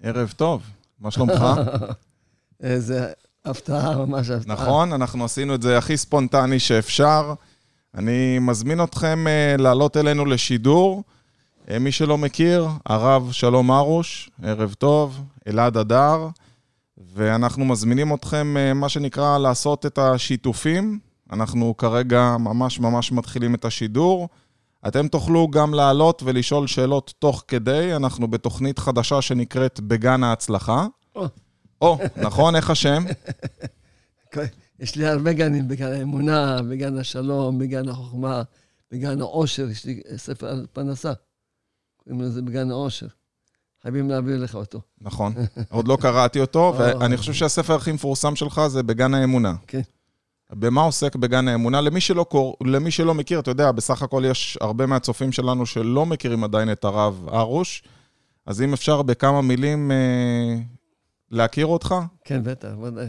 ערב טוב, מה שלומך? איזה הפתעה, ממש הפתעה. נכון, אנחנו עשינו את זה הכי ספונטני שאפשר. אני מזמין אתכם לעלות אלינו לשידור. מי שלא מכיר, הרב שלום ארוש, ערב טוב, אלעד אדר, ואנחנו מזמינים אתכם, מה שנקרא, לעשות את השיתופים. אנחנו כרגע ממש מתחילים את השידור. אתם תוכלו גם לעלות ולשאול שאלות תוך כדי. אנחנו בתוכנית חדשה שנקראת בגן ההצלחה. נכון, איך השם? יש לי הרבה גנים, בגן האמונה, בגן השלום, בגן החוכמה, בגן העושר, יש לי ספר על פרנסה. קוראים לזה בגן העושר. חייבים להעביר לך אותו. נכון, עוד לא קראתי אותו, ואני חושב שהספר הכי מפורסם שלך זה בגן האמונה. כן. במה עוסק בגן האמונה? למי שלא מכיר, אתה יודע, בסך הכל יש הרבה מהצופים שלנו שלא מכירים עדיין את הרב ארוש, אז אם אפשר בכמה מילים להכיר אותך? כן, בטח, ודאי.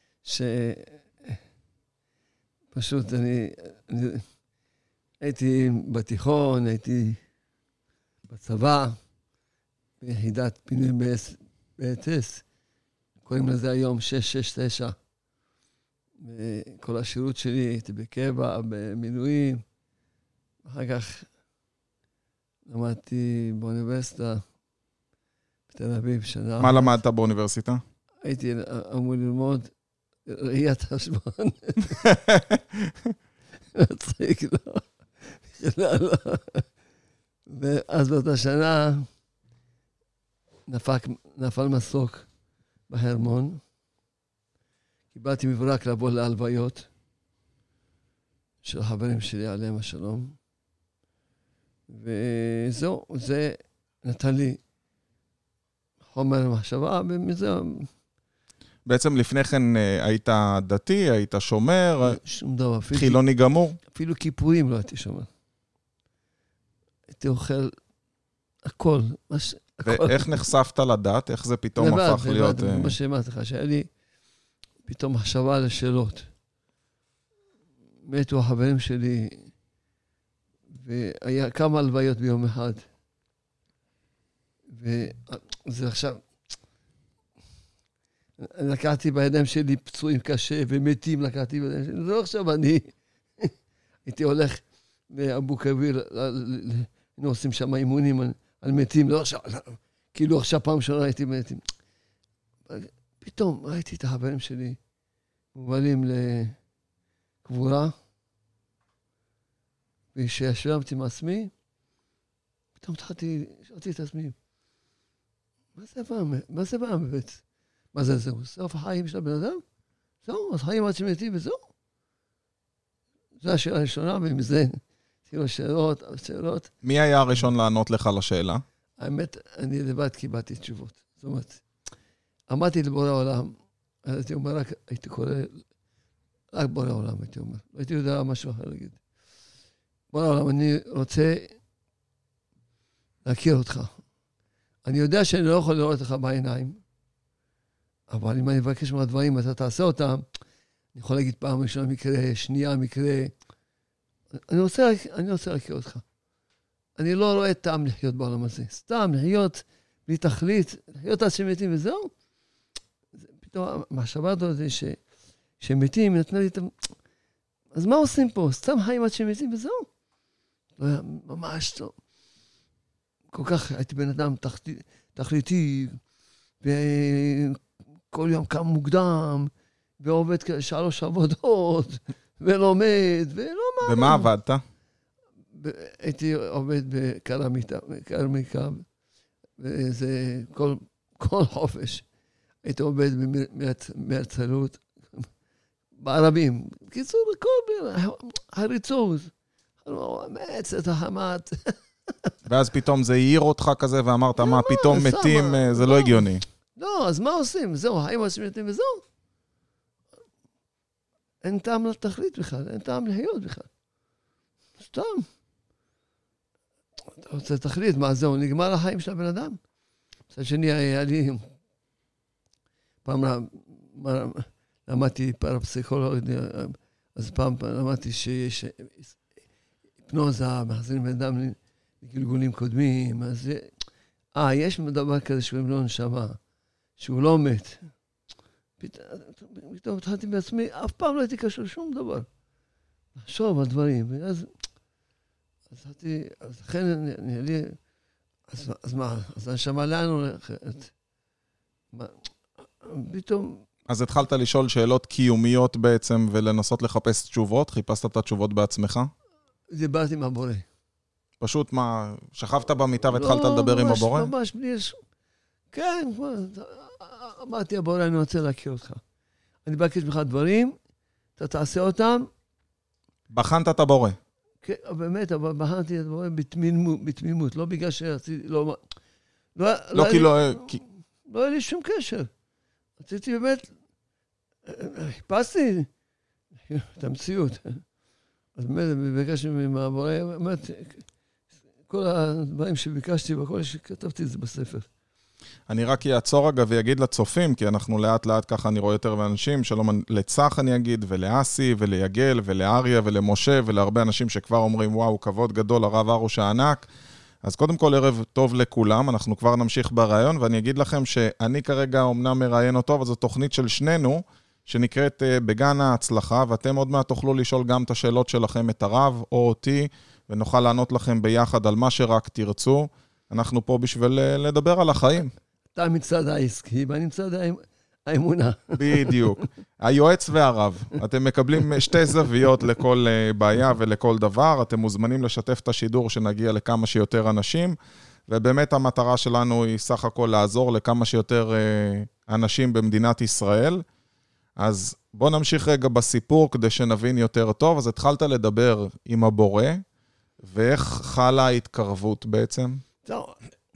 פשוט אני הייתי בתיכון, הייתי בצבא, ביחידת פינוי ב-S, קוראים לזה היום 669. כל השירות שלי הייתי בקבע, במילואים. אחר כך למדתי באוניברסיטה בתל אביב שנה. מה למדת באוניברסיטה? הייתי אמור ללמוד ראיית חשבון. מצחיק, לא. ואז באותה שנה נפל מסוק בהרמון. קיבלתי מברק לבוא להלוויות של החברים שלי עליהם השלום. וזהו, זה נתן לי חומר מחשבה, ומזה... בעצם לפני כן היית דתי, היית שומר, שום דבר. חילוני גמור? אפילו כיפורים לא הייתי שומר. הייתי אוכל הכל. ואיך נחשפת לדת? איך זה פתאום הפך להיות... לבד, מה שאמרתי לך, שהיה לי פתאום מחשבה לשאלות. מתו החברים שלי, והיה כמה הלוויות ביום אחד. וזה עכשיו... לקחתי בידיים שלי פצועים קשה, ומתים לקחתי בידיים שלי. זה לא עכשיו אני... הייתי הולך לאבו כביר, היינו עושים שם אימונים על מתים, לא עכשיו, כאילו עכשיו פעם שונה הייתי מתים. פתאום ראיתי את החברים שלי מובלים לקבורה, וכשישבתי עם עצמי, פתאום שאלתי את עצמי, מה זה בא מבית? מה זה זהו? סוף החיים של הבן אדם? זהו, אז חיים עד שמתים וזהו. זו השאלה הראשונה, ומזה תראו שאלות. מי היה הראשון לענות לך לשאלה? האמת, אני לבד קיבלתי תשובות. זאת אומרת, אמרתי לבורא העולם, הייתי אומר, הייתי קורא, רק בורא העולם, הייתי אומר. לא הייתי יודע משהו אחר להגיד. בורא העולם, אני רוצה להכיר אותך. אני יודע שאני לא יכול לראות לך בעיניים, אבל אם אני מבקש מהדברים, אתה תעשה אותם, אני יכול להגיד פעם ראשונה מקרה, שנייה מקרה. אני רוצה להכיר אותך. אני לא רואה טעם לחיות בעולם הזה. סתם לחיות בלי תכלית, לחיות עד שמתים וזהו. פתאום המחשבה הזאת זה שמתים, נתנה לי את... אז מה עושים פה? סתם חיים עד שמתים וזהו. לא היה ממש טוב. כל כך הייתי בן אדם תכליתי, וכל יום קם מוקדם, ועובד 3 עבודות, ולומד, ולא מה. ומה עבדת? הייתי עובד בקרמיקה, וזה כל חופש. הייתי עובד מהרצלות, בערבים. קיצור, הכל הריצות, מעצת החמת. ואז פתאום זה העיר אותך כזה, ואמרת, מה, פתאום מתים, זה לא הגיוני. לא, אז מה עושים? זהו, חיים עושים מתים וזהו. אין טעם לתכלית בכלל, אין טעם לחיות בכלל. סתם. אתה רוצה תכלית, מה זהו? נגמר החיים של הבן אדם. מצד שני, היה לי... פעם למדתי פרפסיכולוגיה, אז פעם למדתי שיש היפנוזה, מחזירים בן אדם לגלגולים קודמים, אז יש דבר כזה שקוראים לו נשמה. שהוא לא מת. פתאום התחלתי בעצמי, אף פעם לא הייתי קשור לשום דבר. לחשוב על דברים, ואז התחלתי, אז לכן נראה לי, אז מה, אז הנשמה לאן הולכת? פתאום... אז התחלת לשאול שאלות קיומיות בעצם, ולנסות לחפש תשובות? חיפשת את התשובות בעצמך? דיברתי עם הבורא. פשוט מה, שכבת במיטה והתחלת לדבר עם הבורא? לא, ממש בלי... כן, אמרתי, הבורא, אני רוצה להכיר אותך. אני מבקש ממך דברים, אתה תעשה אותם. בחנת את הבורא. כן, באמת, אבל בחנתי את הבורא בתמימות, לא בגלל שרציתי, לא כי לא... לא היה לי שום קשר. רציתי באמת, חיפשתי את המציאות. אז באמת, ביקשתי מהבורא, באמת, כל הדברים שביקשתי, וכל שכתבתי את זה בספר. אני רק אעצור רגע ויגיד לצופים, כי אנחנו לאט לאט ככה אני רואה יותר אנשים, שלום לצח אני אגיד, ולאסי, וליגל, ולאריה, ולמשה, ולהרבה אנשים שכבר אומרים, וואו, כבוד גדול, הרב ארוש הענק. אז קודם כל ערב טוב לכולם, אנחנו כבר נמשיך ברעיון, ואני אגיד לכם שאני כרגע אומנם מראיין אותו, אבל זו תוכנית של שנינו, שנקראת בגן ההצלחה, ואתם עוד מעט תוכלו לשאול גם את השאלות שלכם, את הרב או אותי, ונוכל לענות לכם ביחד על מה שרק תרצו. אנחנו פה בשביל לדבר על החיים. אתה מצד העסקי, ואני מצד האמונה. בדיוק. היועץ והרב. אתם מקבלים שתי זוויות לכל בעיה ולכל דבר. אתם מוזמנים לשתף את השידור שנגיע לכמה שיותר אנשים, ובאמת המטרה שלנו היא סך הכל לעזור לכמה שיותר אנשים במדינת ישראל. אז בוא נמשיך רגע בסיפור כדי שנבין יותר טוב. אז התחלת לדבר עם הבורא, ואיך חלה ההתקרבות בעצם? זהו.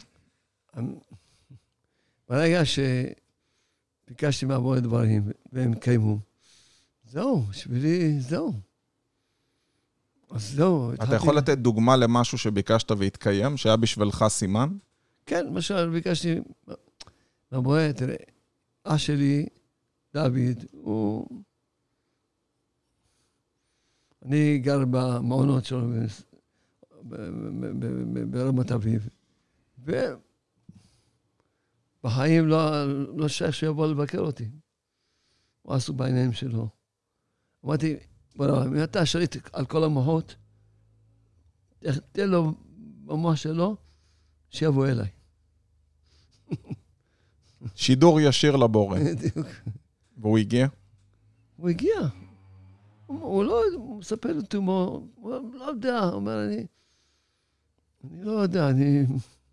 ברגע שביקשתי מהבורא דברים, והם קיימו, זהו, בשבילי, זהו. אז זהו. אתה יכול לתת דוגמה למשהו שביקשת והתקיים, שהיה בשבילך סימן? כן, למשל, ביקשתי מהבורא, תראה, אח שלי, דוד, אני גר במעונות שלו, ברמת אביב, ובחיים לא שייך שיבוא לבקר אותי. הוא עשו בעיניים שלו. אמרתי, בוא, אם אתה שליט על כל המוחות, תן לו במוח שלו, שיבוא אליי. שידור ישיר לבורא. בדיוק. והוא הגיע? הוא הגיע. הוא לא מספר לי תומו, הוא לא יודע, הוא אומר, אני לא יודע, אני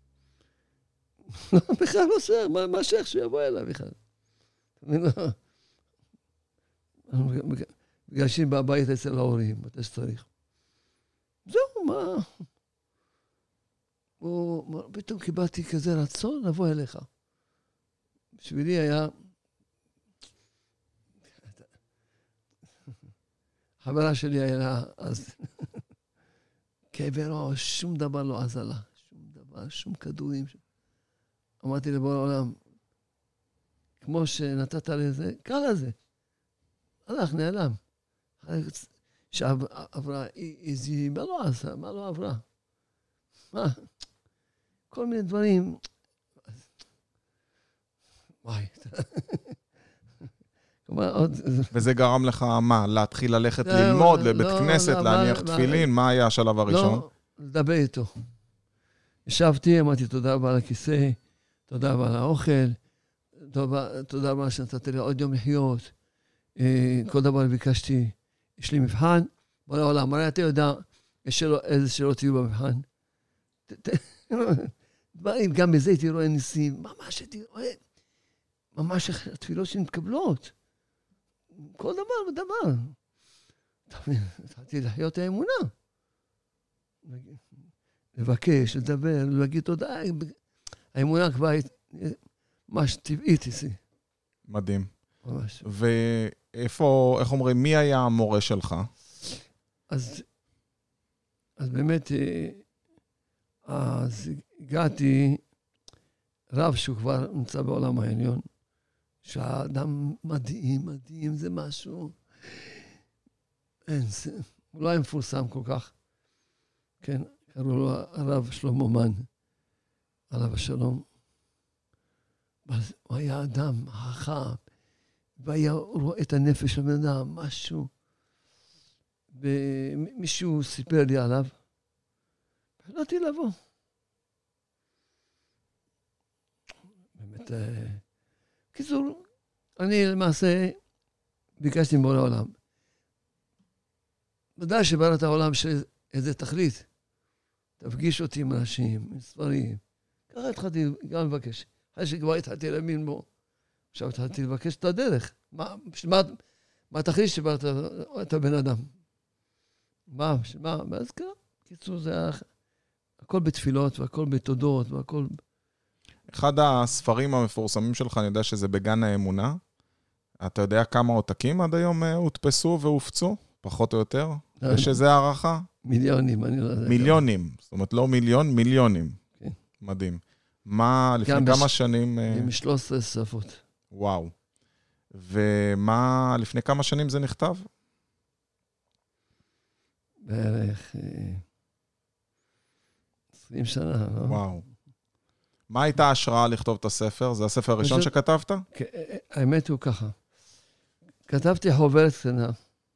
בכלל לא שייך, מה שייך שיבוא אליי בכלל? אנחנו מגשים בבית אצל ההורים, מתי שצריך. זהו, מה? פתאום קיבלתי כזה רצון לבוא אליך. בשבילי היה... חברה שלי היה אז כאבי ראש, שום דבר לא עזר לה, שום דבר, שום כדורים. אמרתי לבוא העולם, כמו שנתת לזה, קל לזה. הלך, נעלם. שעברה, איזי, מה לא עשה, מה לא עברה? מה? כל מיני דברים. וואי. וזה גרם לך מה? להתחיל ללכת ללמוד, לבית כנסת, להניח תפילין? מה היה השלב הראשון? לא, לדבר איתו. ישבתי, אמרתי תודה רבה על הכיסא, תודה רבה על האוכל, תודה רבה שנתת לי עוד יום לחיות. כל דבר ביקשתי, יש לי מבחן, בוא לעולם, הרי אתה יודע איזה שאלות יהיו במבחן. דברים, גם בזה הייתי רואה ניסים, ממש הייתי רואה, ממש התפילות שמתקבלות. כל דבר ודבר. התחלתי לחיות את האמונה. לבקש, לדבר, להגיד תודה. האמונה כבר ממש טבעית אצלי. מדהים. ממש. ואיפה, איך אומרים, מי היה המורה שלך? אז באמת, אז הגעתי רב שהוא כבר נמצא בעולם העליון, שהאדם מדהים, מדהים, זה משהו, אין, הוא לא היה מפורסם כל כך. כן, קראו לו הרב שלמה מן, עליו השלום. הוא היה אדם חכם, והיה רואה את הנפש של בן אדם, משהו, ומישהו סיפר לי עליו, החלטתי לבוא. באמת, קיצור, אני למעשה ביקשתי מבורא העולם. ודאי שבראת העולם של איזה תכלית, תפגיש אותי עם אנשים, עם ספרים. ככה התחלתי גם לבקש. אחרי שכבר התחלתי להאמין בו, עכשיו התחלתי לבקש את הדרך. מה התכלית שבראת את הבן אדם? מה? ואז ככה, קיצור, זה היה הכל בתפילות, והכל בתודות, והכל... אחד הספרים המפורסמים שלך, אני יודע שזה בגן האמונה. אתה יודע כמה עותקים עד היום הודפסו והופצו? פחות או יותר? יש איזה הערכה? מיליונים, אני לא יודע. מיליונים. זאת אומרת, לא מיליון, מיליונים. כן. מדהים. מה, לפני כמה שנים... עם 13 שפות. וואו. ומה, לפני כמה שנים זה נכתב? בערך 20 שנה, לא? וואו. מה הייתה ההשראה לכתוב את הספר? זה הספר הראשון שכתבת? האמת הוא ככה. כתבתי חוברת קטנה.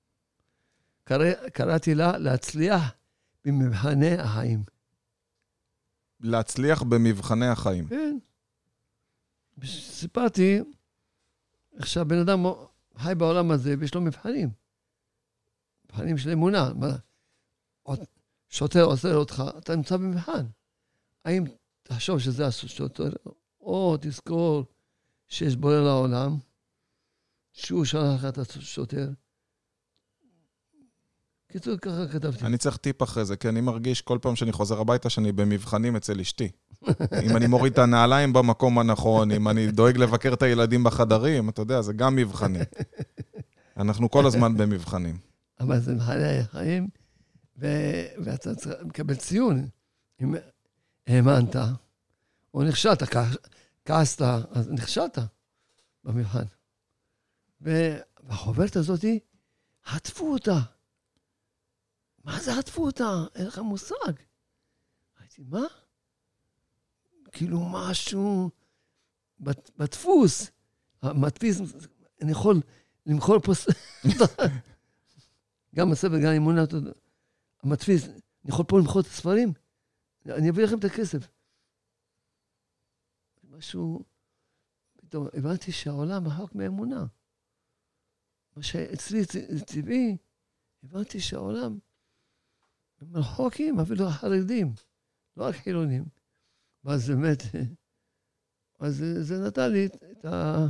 קראתי לה להצליח במבחני החיים. להצליח במבחני החיים. כן. סיפרתי איך שהבן אדם חי בעולם הזה ויש לו מבחנים. מבחנים של אמונה. שוטר עוזר אותך, אתה נמצא במבחן. האם תחשוב שזה השוטר, או תזכור שיש בורא לעולם, שהוא שלח את השוטר. קיצור, ככה כתבתי. אני צריך טיפ אחרי זה, כי אני מרגיש כל פעם שאני חוזר הביתה שאני במבחנים אצל אשתי. אם אני מוריד את הנעליים במקום הנכון, אם אני דואג לבקר את הילדים בחדרים, אתה יודע, זה גם מבחנים. אנחנו כל הזמן במבחנים. אבל זה מבחני החיים, ואתה צריך לקבל ציון. אם האמנת, או נכשלת, כעסת, אז נכשלת במבחן. והחוברת הזאת, עטפו אותה. מה זה עטפו אותה? אין לך מושג. הייתי, מה? כאילו משהו בדפוס. המדפיס, אני יכול למחול פה... גם הספר, גם אמונה, המדפיס, אני יכול פה למחול את הספרים? אני אביא לכם את הכסף. משהו... פתאום הבנתי שהעולם רחוק מאמונה. מה שאצלי טבעי, הבנתי שהעולם הם רחוקים, אפילו החרדים, לא רק חילונים. ואז באמת, אז זה נתן לי את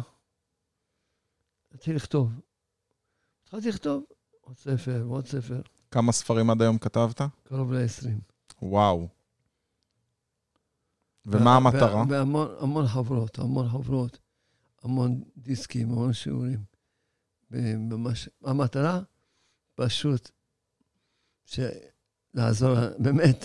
התחיל לכתוב. התחלתי לכתוב עוד ספר ועוד ספר. כמה ספרים עד היום כתבת? קרוב ל-20. וואו. ומה המטרה? והמון חברות, המון דיסקים, המון שיעורים. המטרה פשוט לעזור, באמת,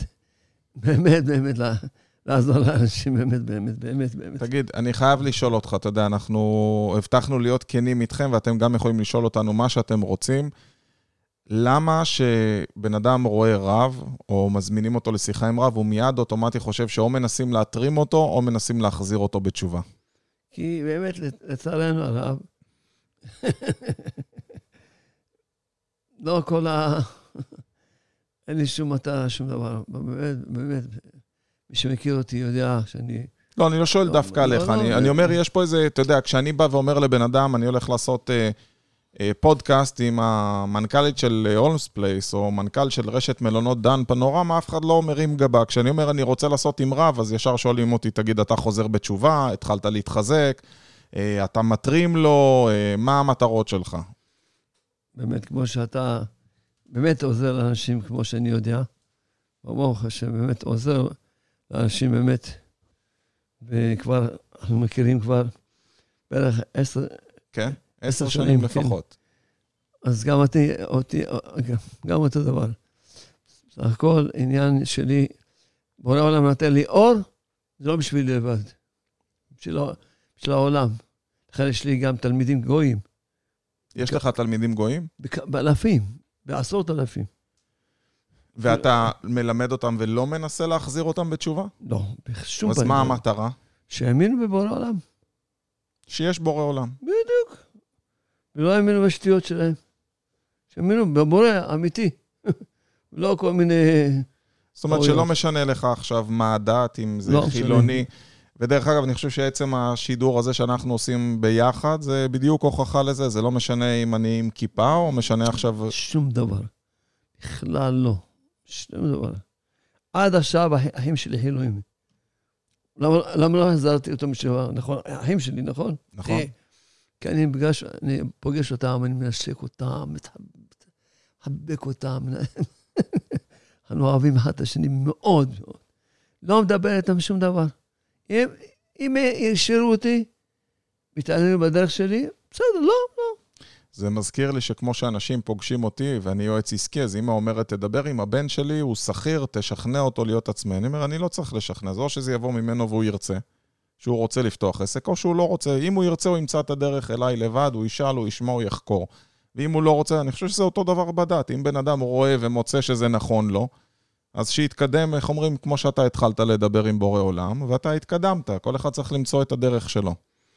לעזור לאנשים, באמת. תגיד, אני חייב לשאול אותך, אתה יודע, אנחנו הבטחנו להיות כנים איתכם, ואתם גם יכולים לשאול אותנו מה שאתם רוצים. למה שבן אדם רואה רב, או מזמינים אותו לשיחה עם רב, הוא מיד אוטומטי חושב שאו מנסים להתרים אותו, או מנסים להחזיר אותו בתשובה? כי באמת, לצערנו הרב, לא כל אין לי שום מטרה, שום דבר. באמת, מי שמכיר אותי יודע שאני... לא, אני לא שואל דווקא עליך. אני אומר, יש פה איזה, אתה יודע, כשאני בא ואומר לבן אדם, אני הולך לעשות פודקאסט עם המנכ"לית של הולמס פלייס, או מנכ"ל של רשת מלונות דן פנורמה, אף אחד לא מרים גבה. כשאני אומר, אני רוצה לעשות עם רב, אז ישר שואלים אותי, תגיד, אתה חוזר בתשובה, התחלת להתחזק, אתה מטרים לו, מה המטרות שלך? באמת, כמו שאתה באמת עוזר לאנשים, כמו שאני יודע, ברוך השם, באמת עוזר לאנשים באמת, וכבר, אנחנו מכירים כבר בערך 10... כן? 10 שנים לפחות. כן. אז גם אותי, גם אותו דבר. סך הכל, עניין שלי, בורא העולם נתן לי אור, זה לא בשבילי לבד. בשביל העולם. לכן יש לי גם תלמידים גויים. יש לך תלמידים גויים? באלפים, בעשרות אלפים. ואתה מלמד אותם ולא מנסה להחזיר אותם בתשובה? לא, בשום פנים. אז מה המטרה? שהאמינו בבורא העולם. שיש בורא עולם. בדיוק. ולא האמינו בשטויות שלהם. שהאמינו בבורא אמיתי. לא כל מיני... זאת אומרת שלא משנה לך עכשיו מה הדת, אם זה חילוני. ודרך אגב, אני חושב שעצם השידור הזה שאנחנו עושים ביחד, זה בדיוק הוכחה לזה. זה לא משנה אם אני עם כיפה, או משנה עכשיו... שום דבר. בכלל לא. שום דבר. עד עכשיו האחים שלי חילונים. למה לא החזרתי אותם משווה? נכון, האחים שלי, נכון? נכון. כי אני פוגש אותם, אני מנשק אותם, מחבק אותם. אנחנו אוהבים אחד את השני מאוד מאוד. לא מדבר איתם שום דבר. אם ישאירו אותי, מתעניינו בדרך שלי, בסדר, לא. זה מזכיר לי שכמו שאנשים פוגשים אותי, ואני יועץ עסקי, אז אמא אומרת, תדבר עם הבן שלי, הוא שכיר, תשכנע אותו להיות עצמאי. אני אומר, אני לא צריך לשכנע, זה או שזה יבוא ממנו והוא ירצה, שהוא רוצה לפתוח עסק, או שהוא לא רוצה. אם הוא ירצה, הוא ימצא את הדרך אליי לבד, הוא ישאל, הוא ישמע, הוא יחקור. ואם הוא לא רוצה, אני חושב שזה אותו דבר בדת. אם בן אדם רואה ומוצא שזה נכון לו, אז שיתקדם, איך אומרים, כמו שאתה התחלת לדבר עם בורא עולם, ואתה התקדמת, כל אחד צריך למצוא את הדרך שלו.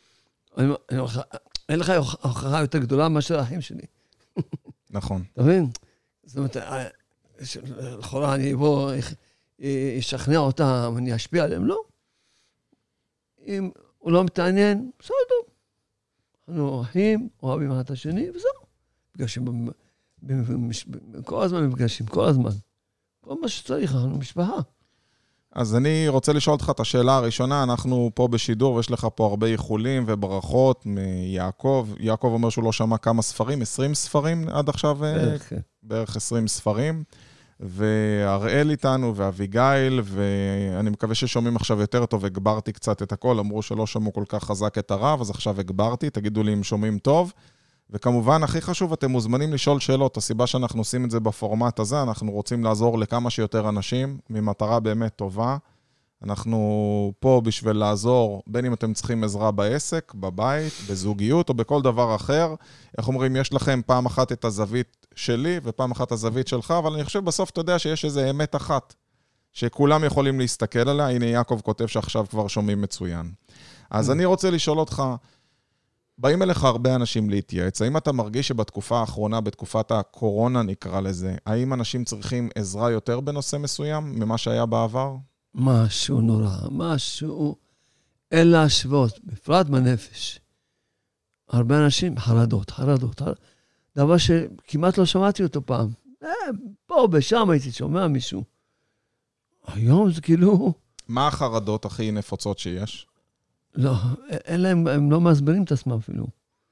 אין לך הוכחה יותר גדולה מאשר האחים שלי. נכון. אתה מבין? זאת אומרת, לכאורה אני אבוא, אשכנע אותם, אני אשפיע עליהם, לא. אם הוא לא מתעניין, בסדר. אנחנו אחים, אוהבים אחד את השני, וזהו. מפגשים, כל הזמן מפגשים, כל הזמן. כל מה שצריך, אנחנו משפחה. אז אני רוצה לשאול אותך את השאלה הראשונה, אנחנו פה בשידור, ויש לך פה הרבה איחולים וברכות מיעקב. יעקב אומר שהוא לא שמע כמה ספרים, 20 ספרים עד עכשיו? בערך 20 ספרים. והראל איתנו ואביגיל, ואני מקווה ששומעים עכשיו יותר טוב, הגברתי קצת את הכל, אמרו שלא שמעו כל כך חזק את הרב, אז עכשיו הגברתי, תגידו לי אם שומעים טוב. וכמובן, הכי חשוב, אתם מוזמנים לשאול שאלות. הסיבה שאנחנו עושים את זה בפורמט הזה, אנחנו רוצים לעזור לכמה שיותר אנשים, ממטרה באמת טובה. אנחנו פה בשביל לעזור, בין אם אתם צריכים עזרה בעסק, בבית, בזוגיות או בכל דבר אחר. איך אומרים, יש לכם פעם אחת את הזווית שלי ופעם אחת הזווית שלך, אבל אני חושב בסוף אתה יודע שיש איזו אמת אחת, שכולם יכולים להסתכל עליה. הנה יעקב כותב שעכשיו כבר שומעים מצוין. אז אני רוצה לשאול אותך, באים אליך הרבה אנשים להתייעץ. האם אתה מרגיש שבתקופה האחרונה, בתקופת הקורונה נקרא לזה, האם אנשים צריכים עזרה יותר בנושא מסוים ממה שהיה בעבר? משהו נורא, משהו אין להשוות, בפרט בנפש. הרבה אנשים חרדות. דבר שכמעט לא שמעתי אותו פעם. פה בשם הייתי שומע מישהו. היום זה כאילו... מה החרדות הכי נפוצות שיש? לא, אין להם, הם לא מסבירים את עצמם אפילו.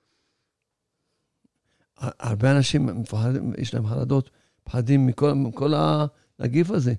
הרבה אנשים מפחדים, יש להם חרדות, פחדים מכל הנגיף הזה.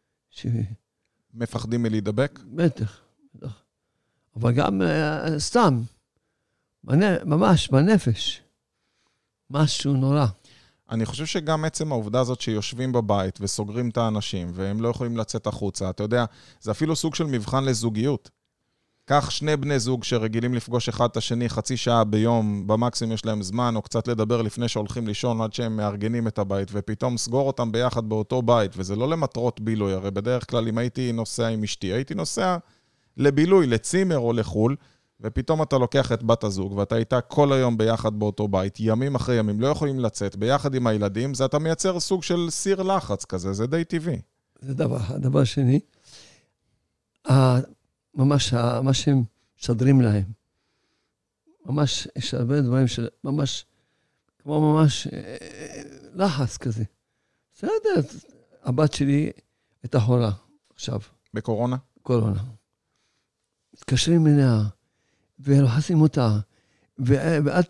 מפחדים מלהידבק? בטח. אבל גם סתם, ממש בנפש. משהו נורא. אני חושב שגם עצם העובדה הזאת שיושבים בבית וסוגרים את האנשים, והם לא יכולים לצאת החוצה, אתה יודע, זה אפילו סוג של מבחן לזוגיות. כך שני בני זוג שרגילים לפגוש אחד את השני חצי שעה ביום, במקסימום יש להם זמן, או קצת לדבר לפני שהולכים לישון, עד שהם מארגנים את הבית, ופתאום סגור אותם ביחד באותו בית, וזה לא למטרות בילוי, הרי בדרך כלל אם הייתי נוסע עם אשתי, הייתי נוסע לבילוי, לצימר או לחול, ופתאום אתה לוקח את בת הזוג, ואתה איתה כל היום ביחד באותו בית, ימים אחרי ימים, לא יכולים לצאת, ביחד עם הילדים, זה אתה מייצר סוג של סיר לחץ כזה, זה די טבעי. זה דבר שני. ממש מה שהם שדרים להם. ממש יש הרבה דברים של ממש, כמו ממש לחץ כזה. בסדר, הבת שלי הייתה חולה עכשיו. בקורונה? קורונה. מתקשרים אליה, ולוחסים אותה, ואל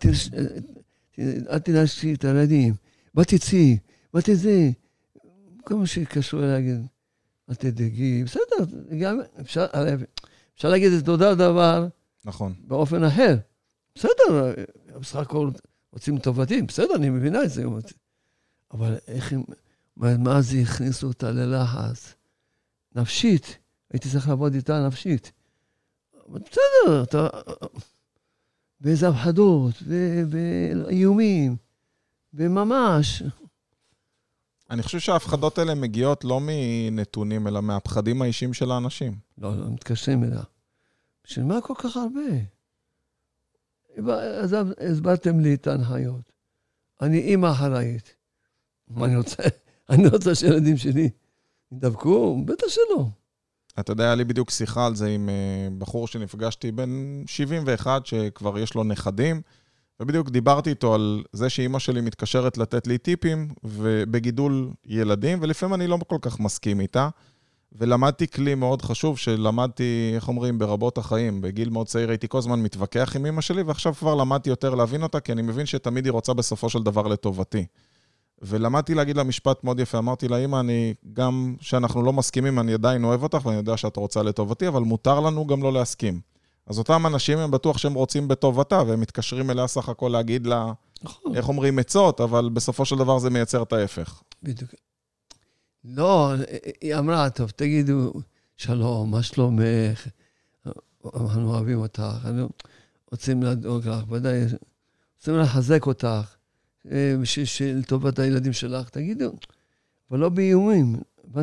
תנשי את הילדים, בתצאי, בתצאי. כל מה שקשור להגיד, אל תדאגי, בסדר, גם אפשר להגיד את אותו דבר, נכון. באופן אחר. בסדר, בסך הכל רוצים טובתים, בסדר, אני מבינה את זה. אבל איך הם, מה זה הכניסו אותה ללחץ? נפשית, הייתי צריך לעבוד איתה נפשית. בסדר, אתה... באיזה הפחדות, ואיומים, וממש... אני חושב שההפחדות האלה מגיעות לא מנתונים, אלא מהפחדים האישיים של האנשים. לא, מתקשרים אליה. בשביל מה כל כך הרבה? אז הסברתם לי את ההנחיות. אני אימא אחראית. מה אני רוצה? אני רוצה שהילדים שלי ידבקו? בטח שלא. אתה יודע, היה לי בדיוק שיחה על זה עם בחור שנפגשתי בן 71, שכבר יש לו נכדים, ובדיוק דיברתי איתו על זה שאימא שלי מתקשרת לתת לי טיפים, ובגידול ילדים, ולפעמים אני לא כל כך מסכים איתה, ולמדתי כלי מאוד חשוב, שלמדתי, איך אומרים, ברבות החיים. בגיל מאוד צעיר הייתי כל הזמן מתווכח עם אמא שלי, ועכשיו כבר למדתי יותר להבין אותה, כי אני מבין שתמיד היא רוצה בסופו של דבר לטובתי. ולמדתי להגיד לה משפט מאוד יפה, אמרתי לה, אמא, אני גם שאנחנו לא מסכימים, אני עדיין אוהב אותך, ואני יודע שאת רוצה לטובתי, אבל מותר לנו גם לא להסכים. אז אותם אנשים הם בטוח שהם רוצים בטובתה, והם מתקשרים אליה סך הכל להגיד לה, איך אומרים, עצות, אבל בסופו של דבר זה מייצר את ההפך. בדיוק. לא, היא אמרה, טוב, תגידו, שלום, מה שלומך? אנחנו אוהבים אותך, אנחנו רוצים לדאוג לך, ודאי, רוצים לחזק אותך, לטובת הילדים שלך, תגידו, אבל לא באיומים.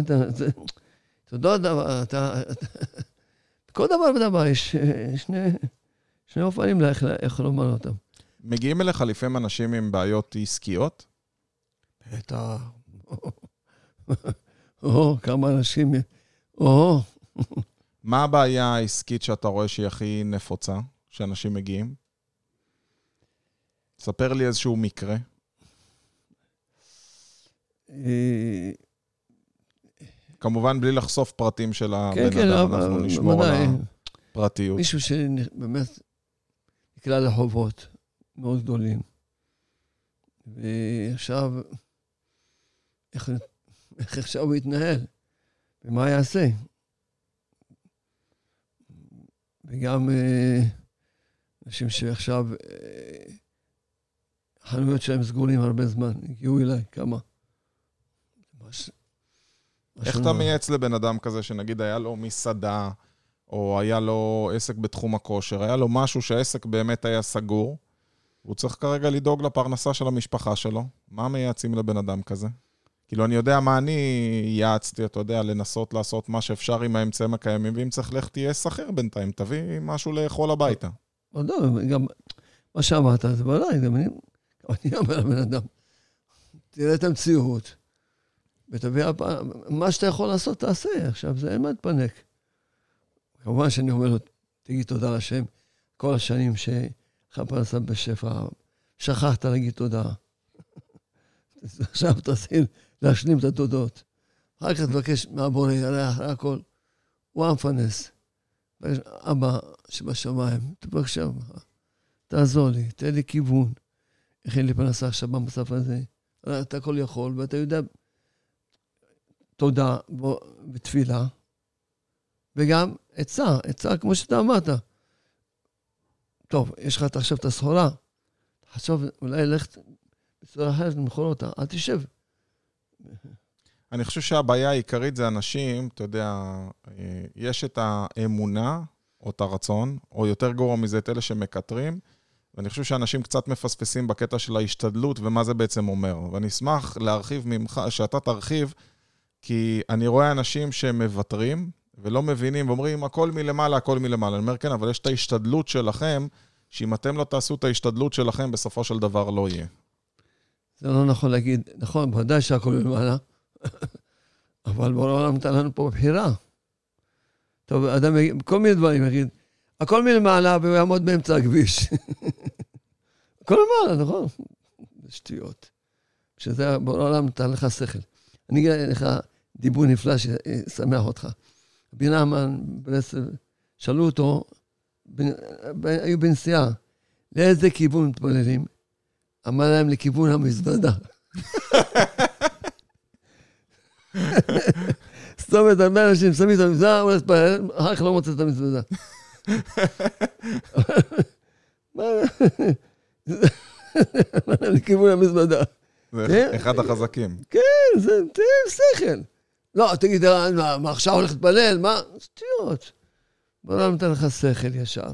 תודה דבר, כל דבר ודבר, יש שני אופנים איך לומר אותם. מגיעים אליך לפעמים אנשים עם בעיות עסקיות? בטח. כמה אנשים. מה הבעיה העסקית שאתה רואה שהיא הכי נפוצה, שאנשים מגיעים? ספר לי איזשהו מקרה. כמובן, בלי לחשוף פרטים של הבן אדם, אנחנו נשמור על הפרטיות. מישהו שבאמת נקלע לחובות מאוד גדולים. ועכשיו, איך עכשיו הוא יתנהל? ומה יעשה? וגם אנשים שעכשיו חנויות שלהם סגורים הרבה זמן, הגיעו אליי, כמה? איך אתה מייעץ לבן אדם כזה שנגיד היה לו מסעדה, או היה לו עסק בתחום הכושר, היה לו משהו שהעסק באמת היה סגור, הוא צריך כרגע לדאוג לפרנסה של המשפחה שלו. מה מייעצים לבן אדם כזה? כאילו אני יודע מה אני ייעצתי, אתה יודע, לנסות לעשות מה שאפשר עם האמצעים הקיימים, ואם צריך לך תהיה שכיר בינתיים, תביא משהו לאכול הביתה. לא, גם מה שאמרת, זה בוודאי, גם אני אומר לבן אדם, תראה את המציאות, ותביא מה שאתה יכול לעשות, תעשה. עכשיו, זה אין מה להתפנק. כמובן שאני אומר לו, תגיד תודה לשם, כל השנים שחפרסה בשפע, שכחת להגיד תודה. עכשיו תעשי להשלים את התודות. אחר כך תבקש מהבורא, יראה אחרי הכל. הוא המפרנס. אבא שבשמיים, תבקש תעזור לי, תן לי כיוון. איך אין לי פרנסה עכשיו במצב הזה. אתה הכל יכול, ואתה יודע, תודה ותפילה, וגם עצה כמו שאתה אמרת. טוב, יש לך עכשיו את הסחורה, חשוב אולי ללכת בצורה אחרת למכור אותה, אל תשב. אני חושב שהבעיה העיקרית זה אנשים, אתה יודע, יש את האמונה או את הרצון, או יותר גרוע מזה את אלה שמקטרים, ואני חושב שאנשים קצת מפספסים בקטע של ההשתדלות ומה זה בעצם אומר. ואני אשמח להרחיב ממך, שאתה תרחיב, כי אני רואה אנשים שמוותרים ולא מבינים ואומרים, הכל מלמעלה, הכל מלמעלה. אני אומר, כן, אבל יש את ההשתדלות שלכם, שאם אתם לא תעשו את ההשתדלות שלכם, בסופו של דבר לא יהיה. זה לא נכון להגיד, נכון, בוודאי שהכל מלמעלה, אבל בעולם נתן לנו פה בבחירה. טוב, אדם יגיד, כל מיני דברים יגיד, הכל מלמעלה והוא יעמוד באמצע הכביש. הכל מלמעלה, נכון? זה שטויות. שזה בעולם נתן לך שכל. אני אגיד לך דיבור נפלא ששמח אותך. רבי נחמן ברסלב, שאלו אותו, היו בנסיעה, לאיזה כיוון מתפללים? אמר להם לכיוון המזוודה. זאת אומרת, הרבה אנשים שמים את המזוודה, הוא להתפלל, אחר כך לא מוצא את המזוודה. לכיוון המזוודה. זה אחד החזקים. כן, זה שכל. לא, תגיד, מה עכשיו הולך להתפלל? מה? שטויות. בעולם נתן לך שכל ישר.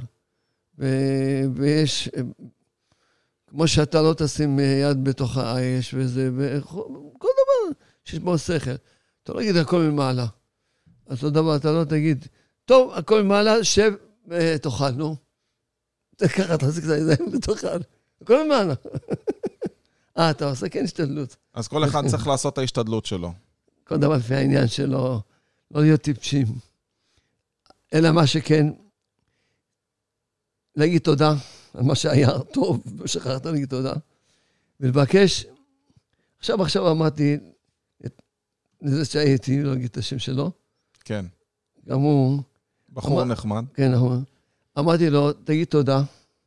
ויש, כמו שאתה לא תשים יד בתוך האש וזה, כל דבר שיש בו שכל. אתה לא תגיד הכל ממעלה. אז לא דבר, אתה לא תגיד, טוב, הכל ממעלה, שב, תאכל, נו. ככה, תחזיק את הידיים בתוך כל הזמן. אתה עושה כן השתדלות. אז כל אחד צריך לעשות את ההשתדלות שלו. כל דבר לפי העניין שלו, לא להיות טיפשים. אלא מה שכן, להגיד תודה על מה שהיה טוב, ושכחת להגיד תודה, ולבקש, עכשיו אמרתי, לזה שהייתי, לא אגיד את השם שלו. כן. גם הוא... בחור נחמד. כן, אמרתי לו, תגיד תודה,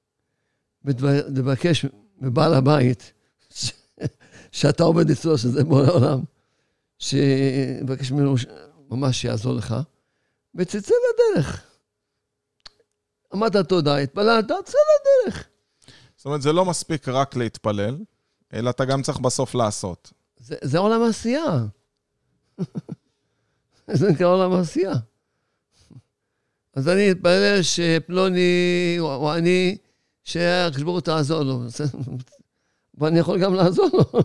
ולבקש מבעל הבית, שאתה עובד אצלו, שזה בורא עולם, שבקש ממנו ממש שיעזור לך, וצצא לדרך. אמרת תודה, התפללת, צא לדרך. זאת אומרת, זה לא מספיק רק להתפלל, אלא אתה גם צריך בסוף לעשות. זה עולם העשייה. זה נקרא עולם העשייה. אז אני אתפלל שפלוני או אני, שהחשבורת תעזור לו. ואני יכול גם לעזור לו.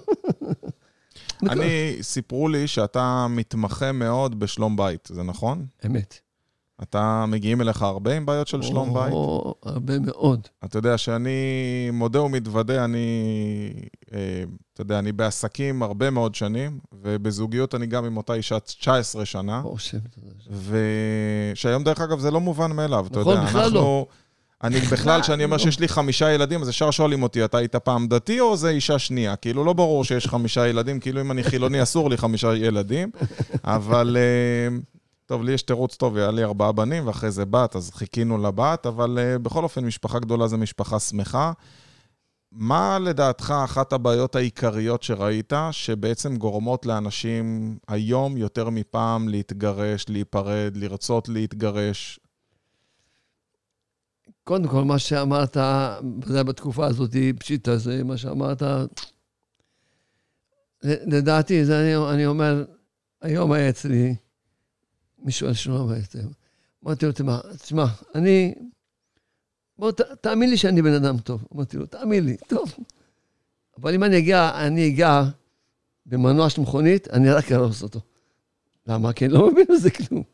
סיפרו לי שאתה מתמחה מאוד בשלום בית, זה נכון? אמת. אתה מגיעים אליך הרבה עם בעיות של שלום בית? הרבה מאוד. אתה יודע שאני מודה ומתוודה, אתה יודע, אני בעסקים הרבה מאוד שנים, ובזוגיות אני גם עם אותה אישה 19 שנה. ושהיום דרך אגב זה לא מובן מאליו, אתה יודע, בכלל לא. אני בכלל, שאני אומר שיש לי 5 ילדים, אז ישר שואלים אותי, אתה היית פעם דתי או זה אישה שנייה? כאילו לא ברור שיש 5 ילדים, כאילו אם אני חילוני אסור לי 5 ילדים, אבל טוב, לי יש תירוץ טוב, היה לי 4 בנים, ואחרי זה בת, אז חיכינו לבת, אבל בכל אופן משפחה גדולה זה משפחה שמחה. מה לדעתך אחת הבעיות העיקריות שראית, שבעצם גורמות לאנשים היום יותר מפעם להתגרש, להיפרד, לרצות להתגרש? קודם כל, מה שאמרת, זה בתקופה הזאת, פשיטה, זה מה שאמרת, לדעתי, זה אני אומר, היום היה אצלי, מישהו על שלום בית. אמרתי לו, תשמע, תאמין לי שאני בן אדם טוב. אמרתי לו, תאמין לי, טוב. אבל אם אני אגע במנוע של מכונית, אני רק ארוס אותו. למה? כי אני לא מבין בזה כלום.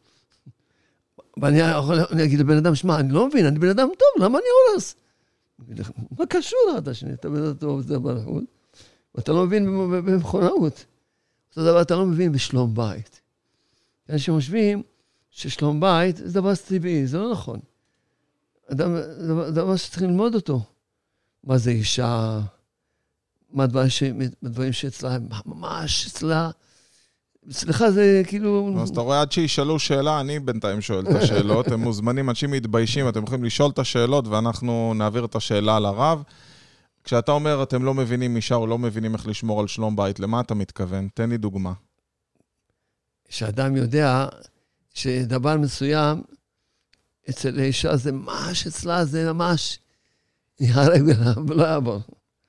ואני אגיד לבן אדם, שמע, אני לא מבין, אני בן אדם טוב, למה אני אורס? מה קשור אתה שני? אתה בן אדם טוב, זה דבר חוד. ואתה לא מבין במכונאות. אותו דבר, אתה לא מבין בשלום בית. אנשים חושבים ששלום בית זה דבר טבעי, זה לא נכון. זה דבר שצריך ללמוד אותו. מה זה אישה? מה הדברים שאצלה, ממש אצלה, אצלך זה כאילו... אז אתה רואה עד שישאלו שאלה, אני בינתיים שואל את השאלות, הם מוזמנים, אנשים מתביישים, אתם יכולים לשאול את השאלות, ואנחנו נעביר את השאלה לרב. כשאתה אומר, אתם לא מבינים אישה או לא מבינים איך לשמור על שלום בית, למה אתה מתכוון? תן לי דוגמה. שאדם יודע שדבר מסוים, אצל האישה זה ממש, אצלה זה ממש, יהרג ולא יעבור.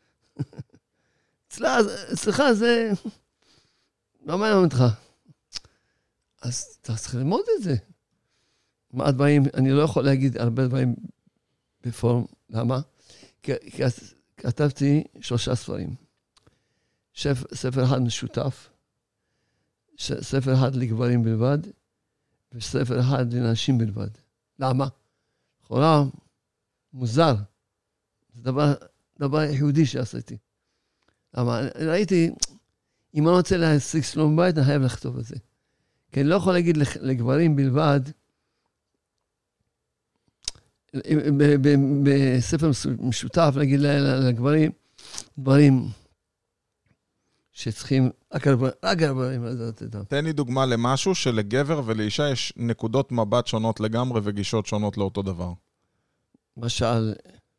אצלך זה, לא מעניין אותך. אז אתה צריך ללמוד את זה. מה הדברים, אני לא יכול להגיד הרבה דברים בפורום, למה? כי כתבתי 3 ספרים. ספר אחד משותף, ספר אחד לגברים בלבד, וספר אחד לנשים בלבד. למה? לכאורה, מוזר. זה דבר יהודי שעשיתי. למה? ראיתי, אם אני רוצה להשיג שלום בית, אני חייב לכתוב את זה. כי אני לא יכול להגיד לגברים בלבד, בספר משותף, להגיד לגברים, דברים שצריכים, רק הגברים לדעת אותם. תן לי דוגמה למשהו שלגבר ולאישה יש נקודות מבט שונות לגמרי וגישות שונות לאותו דבר. למשל,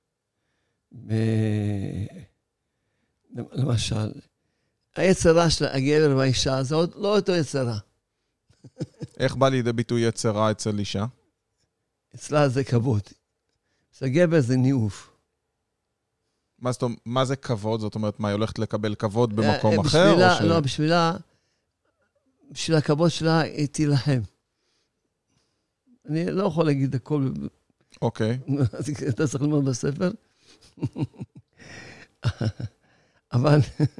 היצרה של הגבר והאישה, זה עוד לא אותו יצרה. איך בא לידי ביטוי יצרה אצל אישה? אצלה זה כבוד. אצל הגבר זה ניאוף. מה זה כבוד? זאת אומרת, מה, היא הולכת לקבל כבוד במקום אחר? לא, בשביל הכבוד שלה היא תילחם. אני לא יכול להגיד הכל. אוקיי. אתה צריך ללמוד בספר. אבל,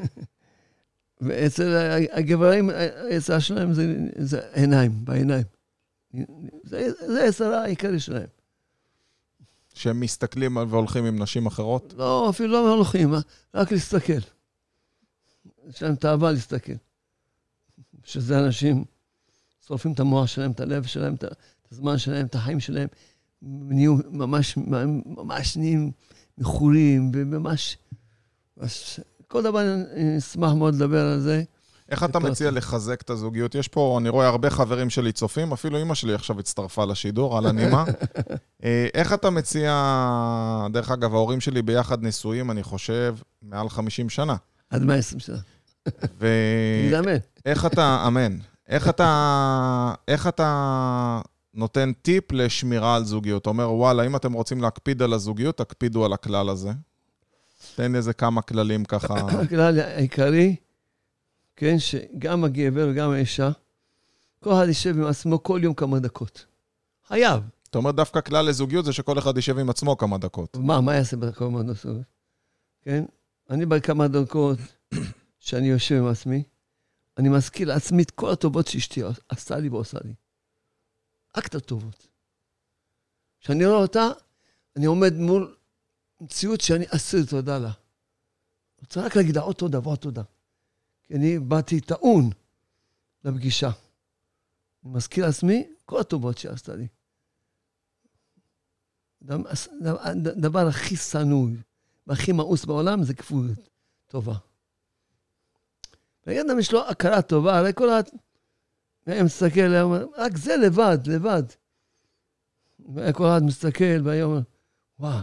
ואצל הגברים, היצרה שלהם זה עיניים, בעיניים. זה היצרה העיקרי שלהם. שהם מסתכלים והולכים עם נשים אחרות? לא, אפילו לא הולכים, רק להסתכל. יש להם תאווה להסתכל. שזה אנשים שורפים את המוח שלהם, את הלב שלהם, את הזמן שלהם, את החיים שלהם, נהיו ממש נהיים מכורים, וממש... כל דבר אני אשמח מאוד לדבר על זה. איך אתה מציע לחזק את הזוגיות? יש פה, אני רואה הרבה חברים שלי צופים, אפילו אמא שלי עכשיו הצטרפה לשידור, על הנימה. איך אתה מציע, דרך אגב, ההורים שלי ביחד נשואים, אני חושב, מעל 50 שנה. עד 120 שנה. תגיד אמן. איך אתה, אמן. איך אתה נותן טיפ לשמירה על זוגיות? אתה אומר, וואלה, אם אתם רוצים להקפיד על הזוגיות, תקפידו על הכלל הזה. תן איזה כמה כללים ככה. הכלל העיקרי, כן, שגם הגבר וגם האישה, כל אחד יישב עם עצמו כל יום כמה דקות. חייב. אתה אומר, דווקא כלל לזוגיות זה שכל אחד יישב עם עצמו כמה דקות. מה יעשה בכמה דקות? כן? אני בכמה דקות שאני יושב עם עצמי, אני מזכיר לעצמי את כל הטובות שאשתי עשתה לי ועושה לי. רק את הטובות. כשאני רואה אותה, אני עומד מול מציאות שאני אסיר תודה לה. אני רוצה רק להגיד עוד תודה ועוד תודה. כי אני באתי טעון לפגישה. אני מזכיר לעצמי כל הטובות שעשתה לי. הדבר הכי סנוי והכי מאוס בעולם זה כפות טובה. ואדם יש לו הכרה טובה, הרי כל אחד מסתכל, רק זה לבד. וכל אחד מסתכל והיום אומר, וואו.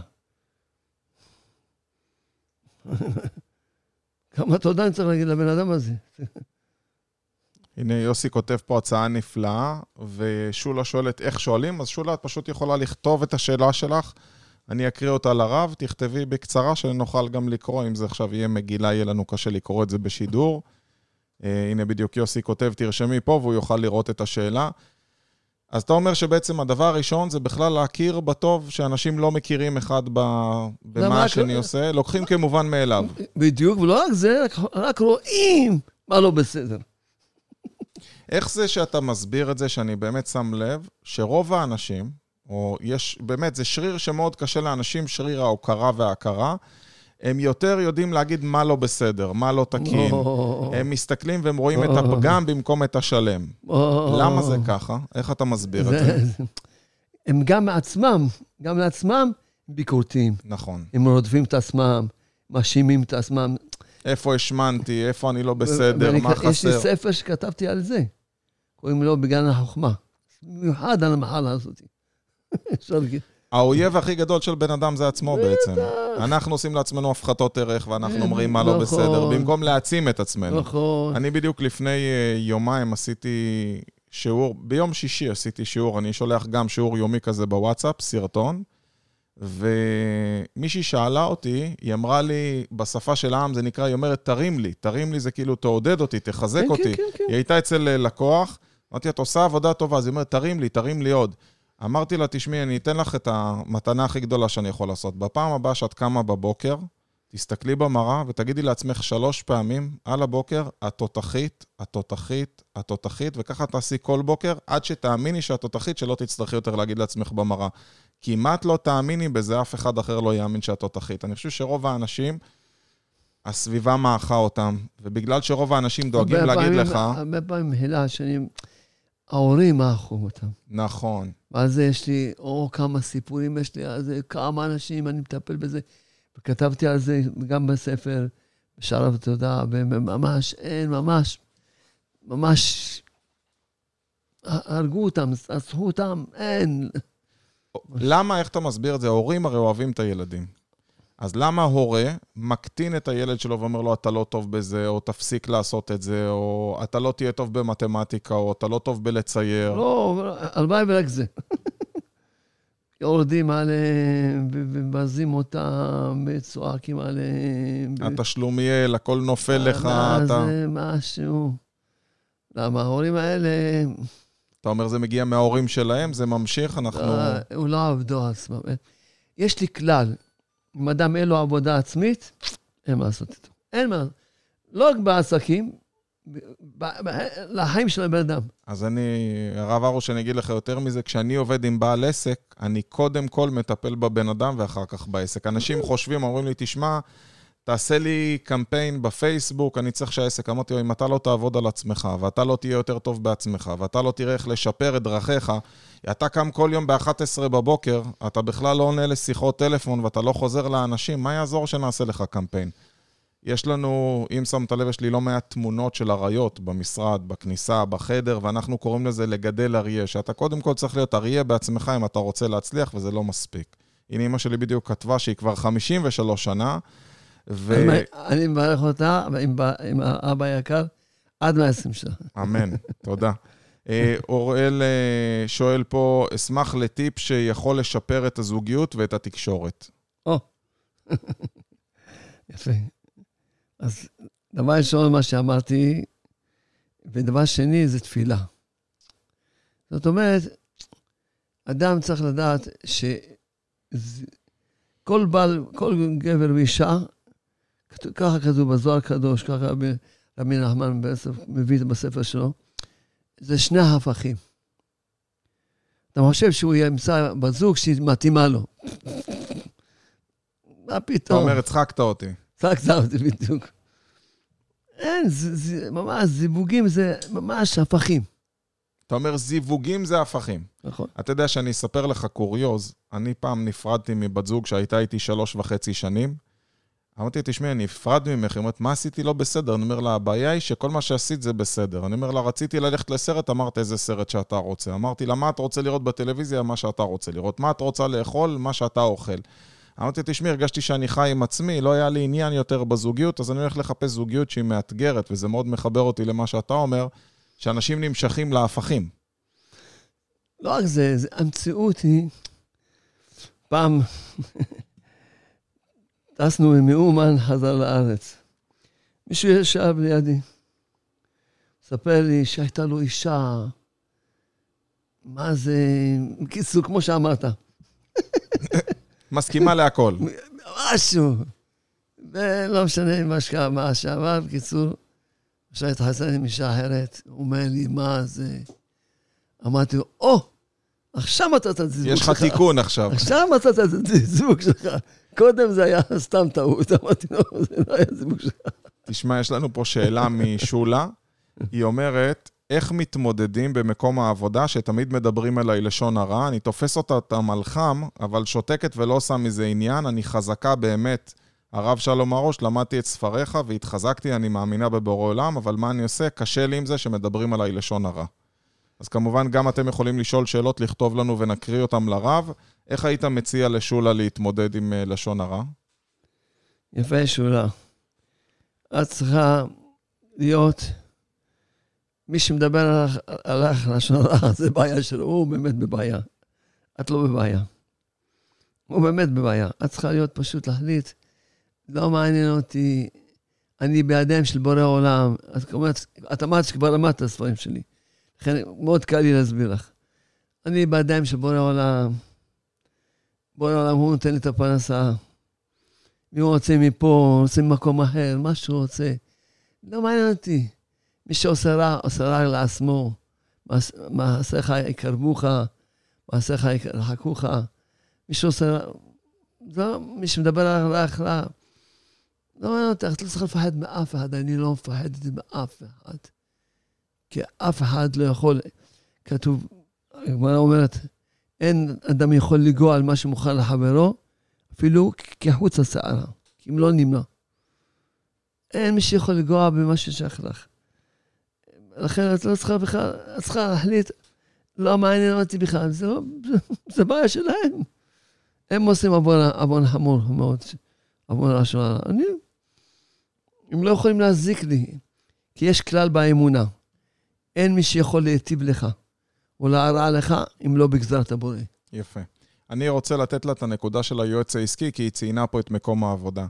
כמה תודה אני צריך להגיד לבן אדם הזה. הנה יוסי כותב פה הצעה נפלאה, ושולה שואלת איך שואלים, אז שולה את פשוט יכולה לכתוב את השאלה שלך, אני אקריא אותה לרב, תכתבי בקצרה שנוכל גם לקרוא, אם זה עכשיו יהיה מגילה, יהיה לנו קשה לקרוא את זה בשידור. הנה בדיוק יוסי כותב, תרשמי פה והוא יוכל לראות את השאלה. אז אתה אומר שבעצם הדבר הראשון זה בכלל להכיר בטוב שאנשים לא מכירים אחד במה שאני עושה, לוקחים כמובן מאליו. בדיוק, ולא רק זה, רק רואים מה לא בסדר. איך זה שאתה מסביר את זה שאני באמת שם לב שרוב האנשים, או יש באמת, זה שריר שמאוד קשה לאנשים, שריר ההוקרה וההכרה, הם יותר יודעים להגיד מה לא בסדר, מה לא תקין. הם מסתכלים והם רואים את הפגם במקום את השלם. למה זה ככה? איך אתה מסביר את זה? הם גם לעצמם ביקורתיים. נכון. הם רודפים את עצמם, מאשימים את עצמם. איפה השמנתי, איפה אני לא בסדר, מה חסר? יש לי ספר שכתבתי על זה. קוראים לו בגן החוכמה. במיוחד על המחלה הזאת. אפשר להגיד. האויב הכי גדול של בן אדם זה עצמו בעצם. אנחנו עושים לעצמנו הפחתות ערך, ואנחנו אומרים מה לא בסדר, במקום להעצים את עצמנו. נכון. אני בדיוק לפני יומיים עשיתי שיעור, ביום שישי עשיתי שיעור, אני שולח גם שיעור יומי כזה בוואטסאפ, סרטון, ומישהי שאלה אותי, היא אמרה לי, בשפה של העם זה נקרא, היא אומרת, תרים לי זה כאילו תעודד אותי, תחזק אותי. היא הייתה אצל לקוח, אמרתי, את עושה עבודה טובה, אז היא אומרת, תרים לי עוד. אמרתי לה, תשמעי, אני אתן לך את המתנה הכי גדולה שאני יכול לעשות. בפעם הבאה שאת קמה בבוקר, תסתכלי במראה ותגידי לעצמך 3 פעמים על הבוקר, התותחית, וככה תעשי כל בוקר, עד שתאמיני שהתותחית שלא תצטרכי יותר להגיד לעצמך במראה. כי אם את לא תאמיני בזה, אף אחד אחר לא יאמין שהתותחית. אני חושב שרוב האנשים, הסביבה מאחה אותם, ובגלל שרוב האנשים דואגים להגיד לך... הרבה פעמים הילה שאני... ההורים מאחו אותם. נכון. ואז יש לי, כמה סיפורים יש לי, אז כמה אנשים, אני מטפל בזה. וכתבתי על זה גם בספר, בשער ותודה, וממש, ממש, הרגו אותם, עשו אותם, אין. למה, איך אתה מסביר את זה? ההורים הרי אוהבים את הילדים. אז למה הורה מקטין את הילד שלו ואומר לו, אתה לא טוב בזה, או תפסיק לעשות את זה, או אתה לא תהיה טוב במתמטיקה, או אתה לא טוב בלצייר? לא, הלוואי ורק זה. יורדים עליהם, ובזים אותם, וצועקים עליהם. אתה שלומיאל, הכל נופל לך. זה משהו. למה ההורים האלה... אתה אומר, זה מגיע מההורים שלהם, זה ממשיך, אנחנו... הוא לא עבדו עצמם. יש לי כלל, אם אדם אין לו עבודה עצמית, אין מה לעשות איתו. אין מה. לא רק בעסקים, לחיים של הבן אדם. אז הרב ארוש, אני אגיד לך יותר מזה, כשאני עובד עם בעל עסק, אני קודם כל מטפל בבן אדם ואחר כך בעסק. אנשים חושבים, אומרים לי, תשמע, תעשה לי קמפיין בפייסבוק, אני צריך שהעסק, אמרתי לו, אם אתה לא תעבוד על עצמך, ואתה לא תהיה יותר טוב בעצמך, ואתה לא תראה איך לשפר את דרכיך, אתה קם כל יום ב-11 בבוקר, אתה בכלל לא עונה לשיחות טלפון, ואתה לא חוזר לאנשים, מה יעזור שנעשה לך קמפיין? יש לנו, אם שמת לב, יש לי לא מעט תמונות של אריות במשרד, בכניסה, בחדר, ואנחנו קוראים לזה לגדל אריה, שאתה קודם כל צריך להיות אריה בעצמך אם אתה רוצה להצליח, וזה לא מספיק. הנה אמא שלי בדיוק כתבה שהיא כבר 53 שנה, אני מברך אותה עם האבא היקר עד 120 שנה. אמן, תודה. אוראל שואל פה, אשמח לטיפ שיכול לשפר את הזוגיות ואת התקשורת. יפה. אז דבר ראשון מה שאמרתי, ודבר שני זה תפילה. זאת אומרת, אדם צריך לדעת שכל גבר ואישה, ככה כתוב בזוהר הקדוש, ככה רבי נחמן מביא בספר שלו, זה שני ההפכים. אתה חושב שהוא ימצא בזוג שהיא מתאימה לו. מה פתאום? אתה אומר, הצחקת אותי. הצחקת אותי בדיוק. אין, ממש זיווגים זה ממש הפכים. אתה אומר, זיווגים זה הפכים. נכון. אתה יודע שאני אספר לך קוריוז, אני פעם נפרדתי מבת זוג שהייתה איתי 3.5 שנים, אמרתי, תשמעי, אני נפרד ממך, היא אומרת, מה עשיתי לא בסדר? אני אומר לה, הבעיה היא שכל מה שעשית זה בסדר. אני אומר לה, רציתי ללכת לסרט, אמרת איזה סרט שאתה רוצה. אמרתי לה, מה את רוצה לראות בטלוויזיה? מה שאתה רוצה לראות. מה את רוצה לאכול? מה שאתה אוכל. אמרתי, תשמעי, הרגשתי שאני חי עם עצמי, לא היה לי עניין יותר בזוגיות, אז אני הולך לחפש זוגיות שהיא מאתגרת, וזה מאוד מחבר אותי למה שאתה אומר, שאנשים נמשכים להפכים. לא רק זה, המציאות היא, פעם טסנו מאומן חזר לארץ. מישהו ישב לידי, ספר לי שהייתה לו אישה, מה זה, בקיצור, כמו שאמרת. מסכימה להכל. משהו. ולא משנה מה שעבר, בקיצור, עכשיו התחסן עם אישה אחרת, הוא אומר לי, מה זה? אמרתי לו, עכשיו מצאת את זיווג שלך. יש לך תיקון עכשיו. עכשיו מצאת את זיווג שלך. קודם זה היה סתם טעות, אמרתי לו, זה לא היה זיווג שלך. תשמע, יש לנו פה שאלה משולה, היא אומרת, איך מתמודדים במקום העבודה שתמיד מדברים עליי לשון הרע? אני תופס אותה מלחם, אבל שותקת ולא עושה מזה עניין, אני חזקה באמת. הרב שלום ארוש, למדתי את ספריך והתחזקתי, אני מאמינה בבורא עולם, אבל מה אני עושה? קשה לי עם זה שמדברים עליי לשון הרע. אז כמובן גם אתם יכולים לשאול שאלות, לכתוב לנו ונקריא אותם לרב. איך היית מציע לשולה להתמודד עם לשון הרע? יפה, שולה. את צריכה להיות, מי שמדבר עליך לשון הרע, זה בעיה שלו, הוא באמת בבעיה. את לא בבעיה. הוא באמת בבעיה. את צריכה להיות פשוט להחליט, לא מעניין אותי, אני בידיים של בורא עולם. את אמרת שכבר למדת את הספרים שלי. לכן מאוד קל לי להסביר לך. אני בידיים של בורא עולם. בורא עולם הוא נותן לי את הפרנסה. מי הוא רוצה מפה, רוצה ממקום אחר, מה שהוא רוצה. לא מעניין אותי. מי שעושה רע, עושה רע לעצמו. מעשיך יקרבוך, מעשיך ירחקוך. מי שעושה רע, לא, מי שמדבר עליך רע. לא מעניין אותך, את לא צריך לפחד מאף אחד, אני לא מפחדת מאף אחד. כי אף אחד לא יכול, כתוב, הגמרא אומרת, אין אדם יכול לגוע על מה שמוכן לחברו, אפילו כחוץ השערה, כי אם לא נמנע. אין מי שיכול לגוע במה ששייך לך. לכן את לא צריכה בכלל, את צריכה להחליט, לא מעניין אותי בכלל, זה בעיה שלהם. הם עושים עוון חמור מאוד, עוון רשע. הם לא יכולים להזיק לי, כי יש כלל באמונה. אין מי שיכול להיטיב לך, או להרע לך, אם לא בגזרת הבורא. יפה. אני רוצה לתת לה את הנקודה של היועץ העסקי, כי היא ציינה פה את מקום העבודה.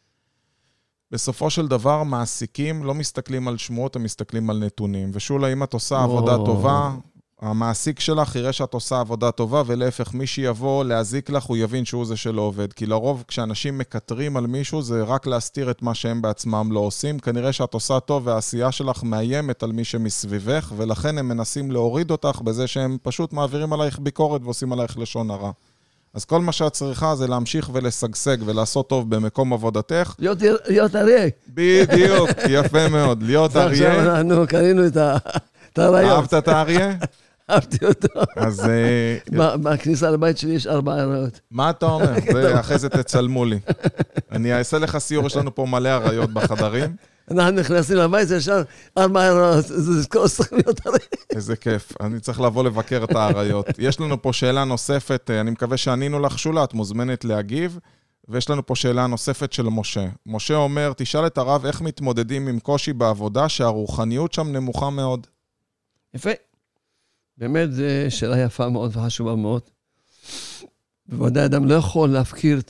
בסופו של דבר, מעסיקים לא מסתכלים על שמועות, הם מסתכלים על נתונים. ושולה, אם את עושה עבודה טובה, המעסיק שלך יראה שאת עושה עבודה טובה, ולהפך, מי שיבוא להזיק לך, הוא יבין שהוא זה שלא עובד. כי לרוב, כשאנשים מקטרים על מישהו, זה רק להסתיר את מה שהם בעצמם לא עושים. כנראה שאת עושה טוב, והעשייה שלך מאיימת על מי שמסביבך, ולכן הם מנסים להוריד אותך בזה שהם פשוט מעבירים עלייך ביקורת ועושים עלייך לשון הרע. אז כל מה שאת צריכה זה להמשיך ולסגסג ולעשות טוב במקום עבודתך. להיות אריה. בדיוק, יפה מאוד. להיות אריה. עכשיו אנחנו קנינו את הרעיון. אהבת את האריה? אהבתי אותו. אז... בכניסה לבית שלי יש 4 אריות. מה אתה אומר? אחרי זה תצלמו לי. אני אעשה לך סיור, יש לנו פה מלא אריות בחדרים. אנחנו נכנסים לבית, זה ישר 4 אריות, זה צריך להיות אריה. איזה כיף, אני צריך לבוא לבקר את האריות. יש לנו פה שאלה נוספת, אני מקווה שענינו לך שולה, את מוזמנת להגיב, ויש לנו פה שאלה נוספת של משה. משה אומר, תשאל את הרב איך מתמודדים עם קושי בעבודה, שהרוחניות שם נמוכה מאוד. יפה. באמת זו שאלה יפה מאוד וחשובה מאוד. בוודאי אדם לא יכול להפקיר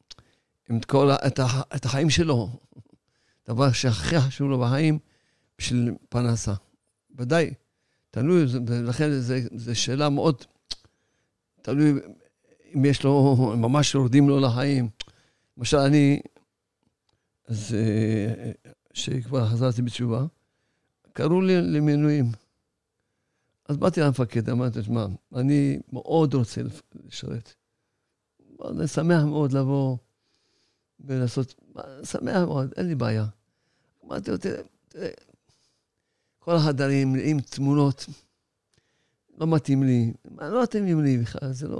את החיים שלו. דבר שהכי חשוב לו בחיים בשביל פרנסה. ודאי, תלוי, לכן זו שאלה מאוד, תלוי אם יש לו, ממש יורדים לו לחיים. למשל, אני, אז שכבר חזרתי בתשובה, קראו לי למינויים. אז באתי למפקד, אמרתי, מה, אני מאוד רוצה לשרת. אני שמח מאוד לבוא ולעשות, שמח מאוד, אין לי בעיה. אמרתי לו, תראה, כל החדרים עם תמונות, לא מתאים לי, לא מתאים לי בכלל, זה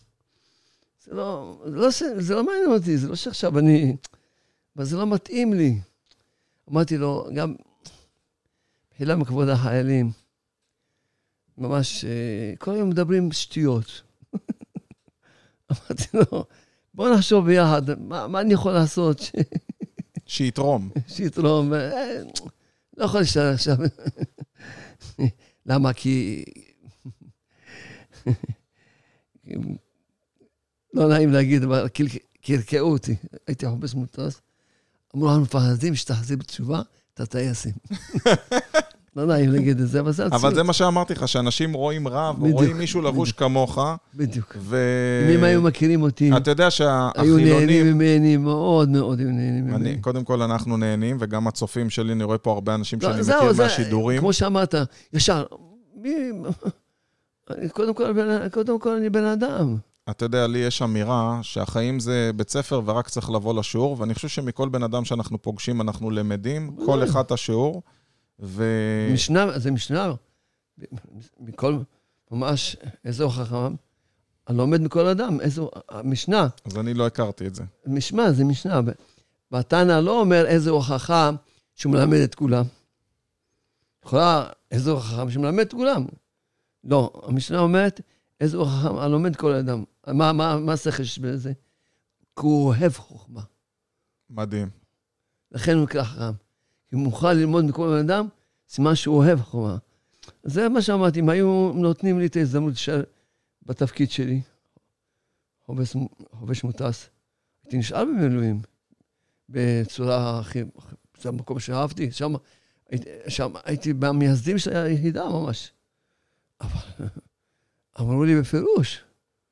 לא מעניין אותי, זה לא שעכשיו אני, אבל זה לא מתאים לי. אמרתי לו, גם בחילה מכבוד החיילים, ממש, כל היום מדברים שטויות. אמרתי לו, בוא נחשוב ביחד, מה אני יכול לעשות? שיתרום. שיתרום, לא יכול להשתרח עכשיו. למה? כי... לא נעים להגיד, אבל קרקעו אותי. הייתי חובש מוטס. אמרו לנו, מפחדים שתחזיר בתשובה, אתה טייסים. לא נעים להגיד את זה, אבל זה עצמי. אבל זה מה שאמרתי לך, שאנשים רואים רב, רואים מישהו לבוש כמוך. בדיוק. אם היו מכירים אותי, אתה יודע היו נהנים ממני, מאוד מאוד היו נהנים ממני. קודם כל אנחנו נהנים, וגם הצופים שלי, אני רואה פה הרבה אנשים שאני מכיר מהשידורים. כמו שאמרת, ישר, קודם כל אני בן אדם. אתה יודע, לי יש אמירה שהחיים זה בית ספר ורק צריך לבוא לשיעור, ואני חושב שמכל בן אדם שאנחנו פוגשים, אנחנו למדים, כל אחד השיעור. זה משנה, מכל, ממש, איזו חכם, אני לומד מכל אדם, איזו, משנה. אז אני לא הכרתי את זה. משנה, זה משנה. והתנא לא אומר איזו חכם שהוא מלמד את כולם. יכולה, איזו חכם שמלמד את כולם. לא, המשנה אומרת, איזו חכם, אני לומד כל אדם. מה השכל בזה? כי הוא אוהב חוכמה. מדהים. לכן הוא נקרא חכם. אם הוא מוכן ללמוד מכל אדם, סימן שהוא אוהב חוכמה. זה מה שאמרתי, אם היו נותנים לי את ההזדמנות בתפקיד שלי, חובש מוטס, הייתי נשאר במילואים, בצורה הכי, זה המקום שאהבתי, שם הייתי במייסדים של היחידה ממש. אבל אמרו לי בפירוש,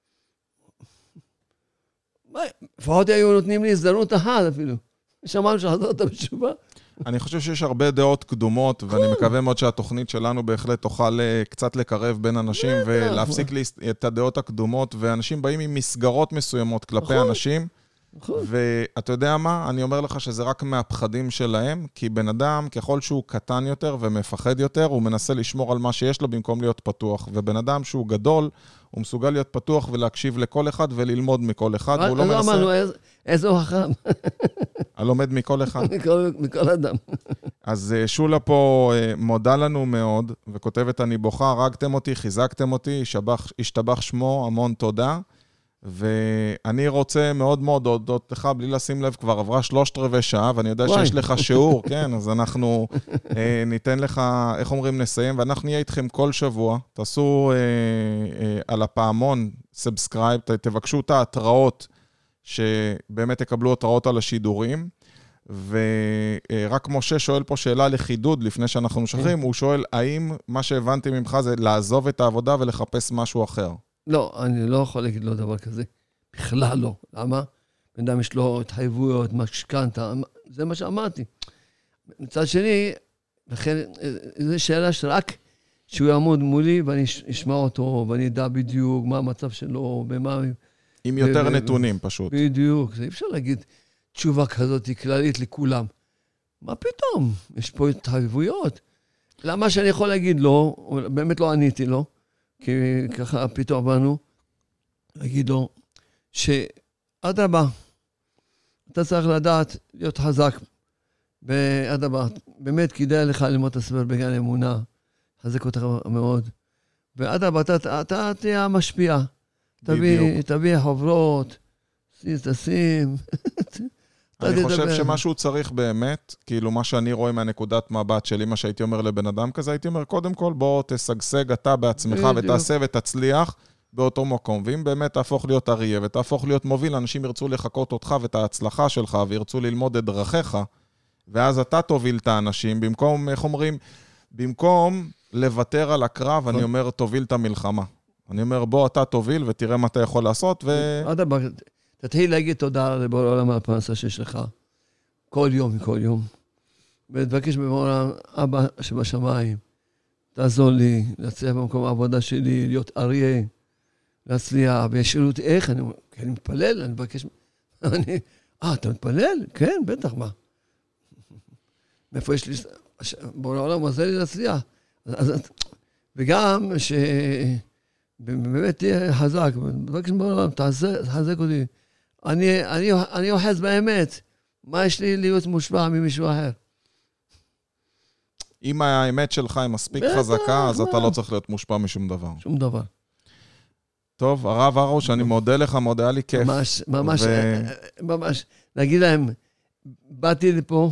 לפחות היו נותנים לי הזדמנות אחת אפילו. שמענו שחזרת בתשובה. אני חושב שיש הרבה דעות קדומות, ואני מקווה מאוד שהתוכנית שלנו בהחלט תוכל קצת לקרב בין אנשים, ולהפסיק את הדעות הקדומות, ואנשים באים עם מסגרות מסוימות כלפי אנשים, ואתה יודע מה? אני אומר לך שזה רק מהפחדים שלהם, כי בן אדם, ככל שהוא קטן יותר ומפחד יותר, הוא מנסה לשמור על מה שיש לו במקום להיות פתוח, ובן אדם שהוא גדול, הוא מסוגל להיות פתוח ולהקשיב לכל אחד וללמוד מכל אחד, והוא לא מנסה... לא אמרנו, איזו חכם. הלומד מכל אחד. מכל אדם. אז שולה פה מודה לנו מאוד, וכותבת, אני בוכה, הרגתם אותי, חיזקתם אותי, השתבח שמו, המון תודה. ואני רוצה מאוד מאוד להודות לך, בלי לשים לב, כבר עברה 3/4 שעה, ואני יודע שיש לך שיעור, כן, אז אנחנו ניתן לך, איך אומרים, נסיים, ואנחנו נהיה איתכם כל שבוע, תעשו על הפעמון, סאבסקרייב, תבקשו את ההתראות, שבאמת תקבלו התראות על השידורים, ורק משה שואל פה שאלה לחידוד לפני שאנחנו משחררים, הוא שואל, האם מה שהבנתי ממך זה לעזוב את העבודה ולחפש משהו אחר? לא, אני לא יכול להגיד לו דבר כזה. בכלל לא. למה? בן אדם יש לו התחייבויות, משכנתה, זה מה שאמרתי. מצד שני, לכן, זו שאלה שרק שהוא יעמוד מולי ואני אשמע אותו, ואני אדע בדיוק מה המצב שלו, במה... עם יותר נתונים פשוט. בדיוק, זה אי אפשר להגיד תשובה כזאת כללית לכולם. מה פתאום? יש פה התחייבויות. למה שאני יכול להגיד לו, באמת לא עניתי לו, כי ככה פתאום באנו, להגיד לו, שעד הבא, אתה צריך לדעת להיות חזק, ועד הבא, באמת כדאי לך ללמוד את הספר בגן אמונה, חזק אותך מאוד, ועד הבא אתה תהיה המשפיע, תביא חברות, תשים, אני חושב שמשהו צריך באמת, כאילו מה שאני רואה מהנקודת מבט שלי, מה שהייתי אומר לבן אדם כזה, הייתי אומר, קודם כל בוא תסגסג אתה בעצמך ותעשה ותצליח באותו מקום, ואם באמת תהפוך להיות אריה ותהפוך להיות מוביל, אנשים ירצו לחכות אותך ואת ההצלחה שלך, וירצו ללמוד את דרכיך, ואז אתה תוביל את האנשים, במקום, איך אומרים, במקום לוותר על הקרב, אני אומר, תוביל את המלחמה. אני אומר, בוא אתה תוביל ותראה מה אתה יכול לעשות, עד הבא, תתחיל להגיד תודה לבורא העולם על הפרנסה שיש לך, כל יום, ותבקש בבורא העולם, אבא שבשמיים, תעזור לי, להצליח במקום העבודה שלי, להיות אריה, להצליח, וישאלו אותי איך, אני מתפלל, אני מבקש, אתה מתפלל? כן, בטח, מה? מאיפה יש לי, בורא העולם עזר לי להצליח, וגם שבאמת תהיה חזק, מבקש בורא העולם, תחזק אותי, אני אוחז באמת, מה יש לי להיות מושפע ממישהו אחר? אם האמת שלך היא מספיק חזקה, אז אתה לא צריך להיות מושפע משום דבר. שום דבר. טוב, הרב הרוש, אני מודה לך, מאוד היה לי כיף. ממש, להגיד להם, באתי לפה,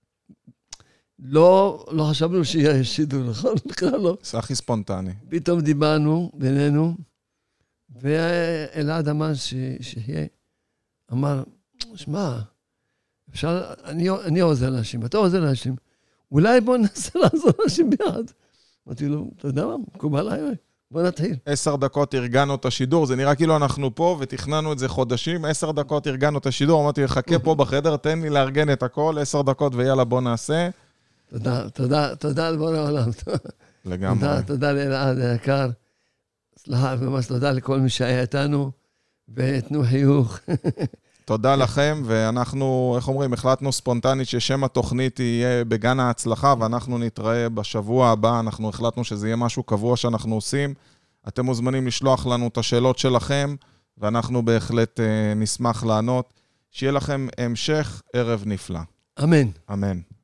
לא חשבנו שיהיה שידור, נכון? בכלל לא. זה הכי ספונטני. פתאום דיברנו בינינו, ואלעד אמן שיהיה, אמר, שמע, אפשר, אני עוזר לאנשים, אתה עוזר לאנשים, אולי בוא ננסה לעזור לאנשים ביחד. אמרתי לו, אתה יודע מה, מקובל עליי, בוא נתחיל. 10 דקות ארגנו את השידור, זה נראה כאילו אנחנו פה ותכננו את זה חודשים, 10 דקות ארגנו את השידור, אמרתי, חכה פה בחדר, תן לי לארגן את הכל, 10 דקות ויאללה בוא נעשה. תודה על בורא העולם. לגמרי. תודה לאלעד היקר, סליחה, ממש תודה לכל מי שהיה איתנו, ותנו חיוך. תודה לכם, ואנחנו, איך אומרים, החלטנו ספונטנית ששם התוכנית יהיה בגן ההצלחה, ואנחנו נתראה בשבוע הבא, אנחנו החלטנו שזה יהיה משהו קבוע שאנחנו עושים. אתם מוזמנים לשלוח לנו את השאלות שלכם, ואנחנו בהחלט נשמח לענות. שיהיה לכם המשך ערב נפלא. אמן. אמן.